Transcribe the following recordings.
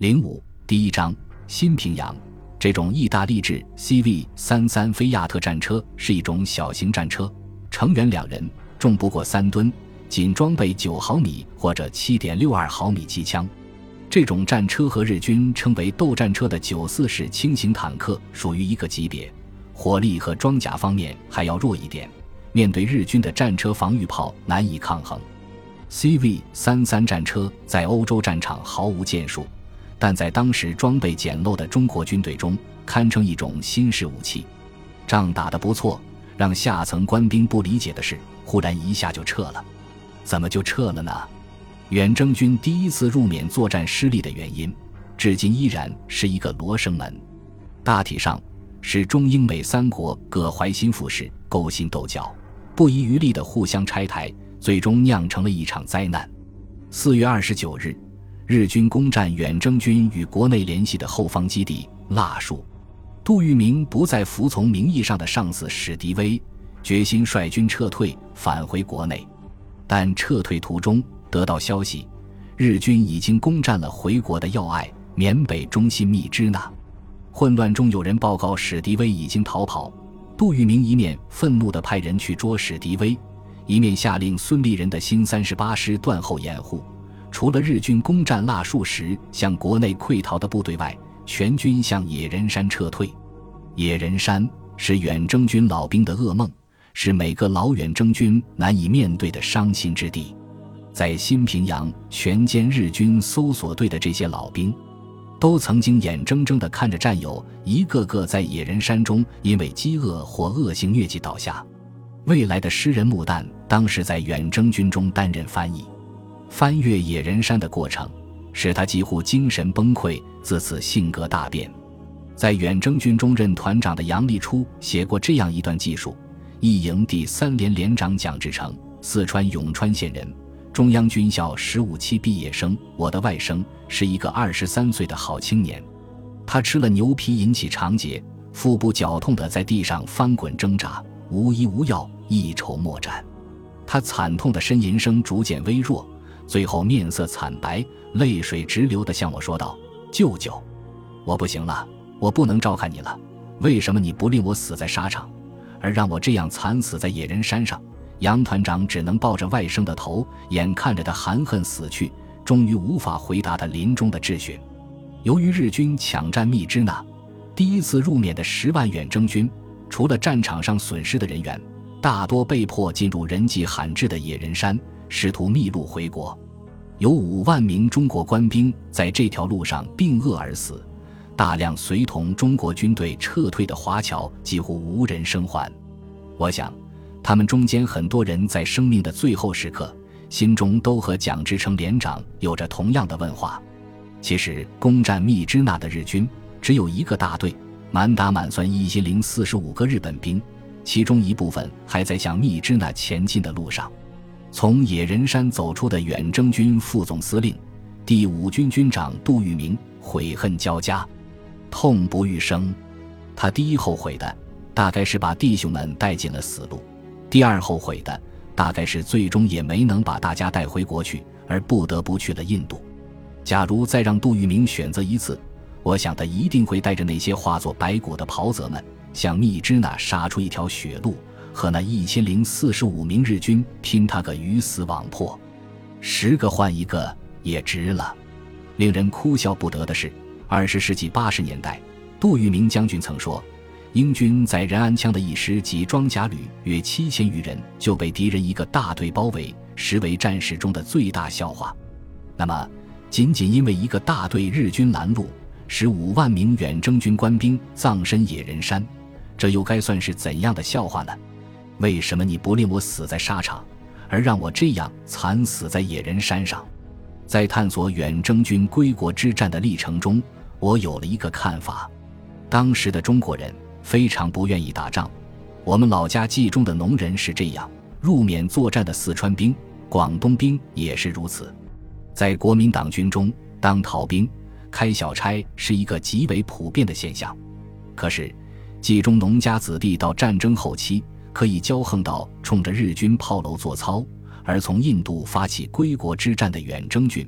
05第1章新平阳。这种意大利制 CV-33 菲亚特战车是一种小型战车，成员2人，重不过3吨，仅装备9毫米或者 7.62 毫米机枪。这种战车和日军称为斗战车的94式轻型坦克属于一个级别，火力和装甲方面还要弱一点，面对日军的战车防御炮难以抗衡。CV-33 战车在欧洲战场毫无建树，但在当时装备简陋的中国军队中堪称一种新式武器。仗打得不错，让下层官兵不理解的是，忽然一下就撤了。怎么就撤了呢？远征军第一次入缅作战失利的原因，至今依然是一个罗生门。大体上是中英美3国各怀心腹事，勾心斗角，不遗余力地互相拆台，最终酿成了一场灾难。4月29日，日军攻占远征军与国内联系的后方基地腊戍。杜聿明不再服从名义上的上司史迪威，决心率军撤退，返回国内。但撤退途中得到消息，日军已经攻占了回国的要隘缅北中心密支那。混乱中有人报告史迪威已经逃跑，杜聿明一面愤怒地派人去捉史迪威，一面下令孙立人的新38师断后掩护，除了日军攻占腊戍时向国内溃逃的部队外，全军向野人山撤退。野人山是远征军老兵的噩梦，是每个老远征军难以面对的伤心之地。在新平阳全歼日军搜索队的这些老兵，都曾经眼睁睁地看着战友一个个在野人山中因为饥饿或恶性疟疾倒下。未来的诗人穆旦当时在远征军中担任翻译，翻越野人山的过程使他几乎精神崩溃，自此性格大变。在远征军中任团长的杨立初写过这样一段记述：一营第3连连长蒋志成，四川永川县人，中央军校15期毕业生，我的外甥，是一个23岁的好青年。他吃了牛皮引起肠结，腹部绞痛地在地上翻滚挣扎，无医无药，一筹莫展。他惨痛的呻吟声逐渐微弱，最后面色惨白，泪水直流地向我说道：舅舅，我不行了，我不能照看你了，为什么你不令我死在沙场，而让我这样惨死在野人山上？杨团长只能抱着外甥的头，眼看着他含恨死去，终于无法回答他临终的质询。由于日军抢占密支那，第一次入缅的10万远征军，除了战场上损失的人员，大多被迫进入人迹罕至的野人山，试图密路回国。有5万名中国官兵在这条路上病饿而死，大量随同中国军队撤退的华侨几乎无人生还。我想他们中间很多人在生命的最后时刻，心中都和蒋志成连长有着同样的问话。其实攻占密支那的日军只有一个大队，满打满算1045个日本兵，其中一部分还在向密支那前进的路上。从野人山走出的远征军副总司令第5军军长杜聿明悔恨交加，痛不欲生。他第一后悔的大概是把弟兄们带进了死路，第二后悔的大概是最终也没能把大家带回国去，而不得不去了印度。假如再让杜聿明选择一次，我想他一定会带着那些化作白骨的袍泽们，向密支那杀出一条血路，和那1045名日军拼他个鱼死网破，10个换1个也值了。令人哭笑不得的是，20世纪80年代，杜聿明将军曾说，英军在仁安羌的一师及装甲旅约7000余人就被敌人一个大队包围，实为战史中的最大笑话。那么仅仅因为一个大队日军拦路，使5万名远征军官兵葬身野人山，这又该算是怎样的笑话呢？为什么你不令我死在沙场，而让我这样惨死在野人山上？在探索远征军归国之战的历程中，我有了一个看法。当时的中国人非常不愿意打仗，我们老家冀中的农人是这样，入缅作战的四川兵、广东兵也是如此。在国民党军中，当逃兵、开小差是一个极为普遍的现象。可是冀中农家子弟到战争后期可以骄横到冲着日军炮楼做操，而从印度发起归国之战的远征军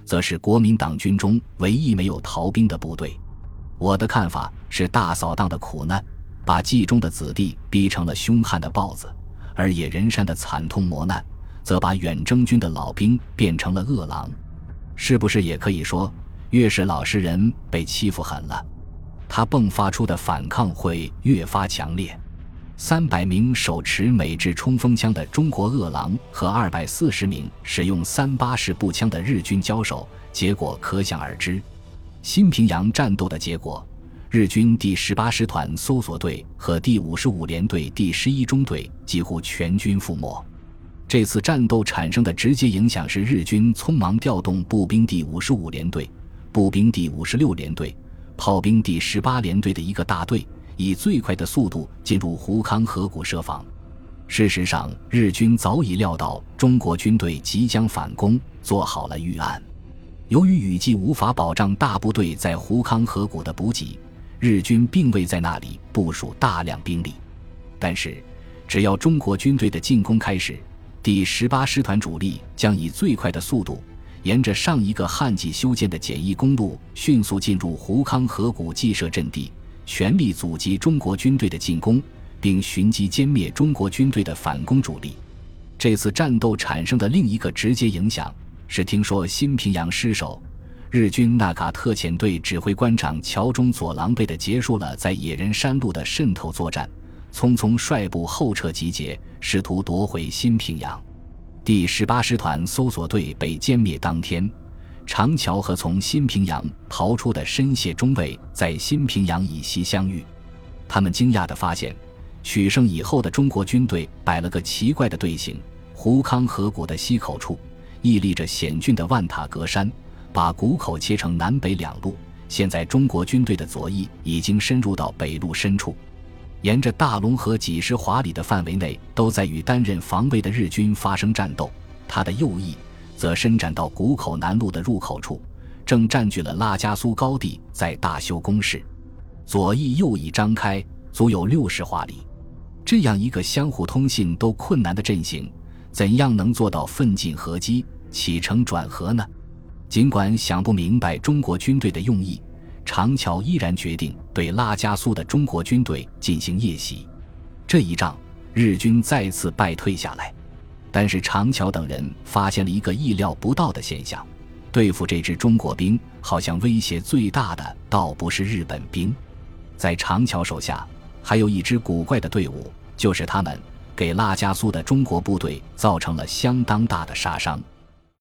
则是国民党军中唯一没有逃兵的部队。我的看法是，大扫荡的苦难把冀中的子弟逼成了凶悍的豹子，而野人山的惨痛磨难则把远征军的老兵变成了恶狼。是不是也可以说，越是老实人被欺负狠了，他迸发出的反抗会越发强烈？300名手持美制冲锋枪的中国恶狼和240名使用38式步枪的日军交手，结果可想而知。新平阳战斗的结果，日军第18师团搜索队和第55联队第11中队几乎全军覆没。这次战斗产生的直接影响是，日军匆忙调动步兵第55联队、步兵第56联队、炮兵第18联队的一个大队，以最快的速度进入胡康河谷设防。事实上，日军早已料到中国军队即将反攻，做好了预案。由于雨季无法保障大部队在胡康河谷的补给，日军并未在那里部署大量兵力。但是，只要中国军队的进攻开始，第18师团主力将以最快的速度，沿着上一个旱季修建的简易公路，迅速进入胡康河谷既设阵地，全力阻击中国军队的进攻，并寻机歼灭中国军队的反攻主力。这次战斗产生的另一个直接影响是，听说新平阳失守，日军纳卡特遣队指挥官长乔中佐狼狈地结束了在野人山路的渗透作战，匆匆率部后撤集结，试图夺回新平阳。第18师团搜索队被歼灭当天，长桥和从新平阳逃出的申谢中尉在新平阳以西相遇。他们惊讶地发现，取胜以后的中国军队摆了个奇怪的队形，胡康河谷的西口处屹立着险峻的万塔格山，把谷口切成南北两路。现在中国军队的左翼已经深入到北路深处，沿着大龙河几十华里的范围内都在与担任防卫的日军发生战斗，他的右翼则伸展到谷口南路的入口处，正占据了拉加苏高地，在大修工事。左翼右翼张开，足有60华里。这样一个相互通信都困难的阵型，怎样能做到奋进合击，起承转合呢？尽管想不明白中国军队的用意，长桥依然决定对拉加苏的中国军队进行夜袭。这一仗，日军再次败退下来。但是长桥等人发现了一个意料不到的现象，对付这支中国兵，好像威胁最大的倒不是日本兵。在长桥手下还有一支古怪的队伍，就是他们给拉加苏的中国部队造成了相当大的杀伤。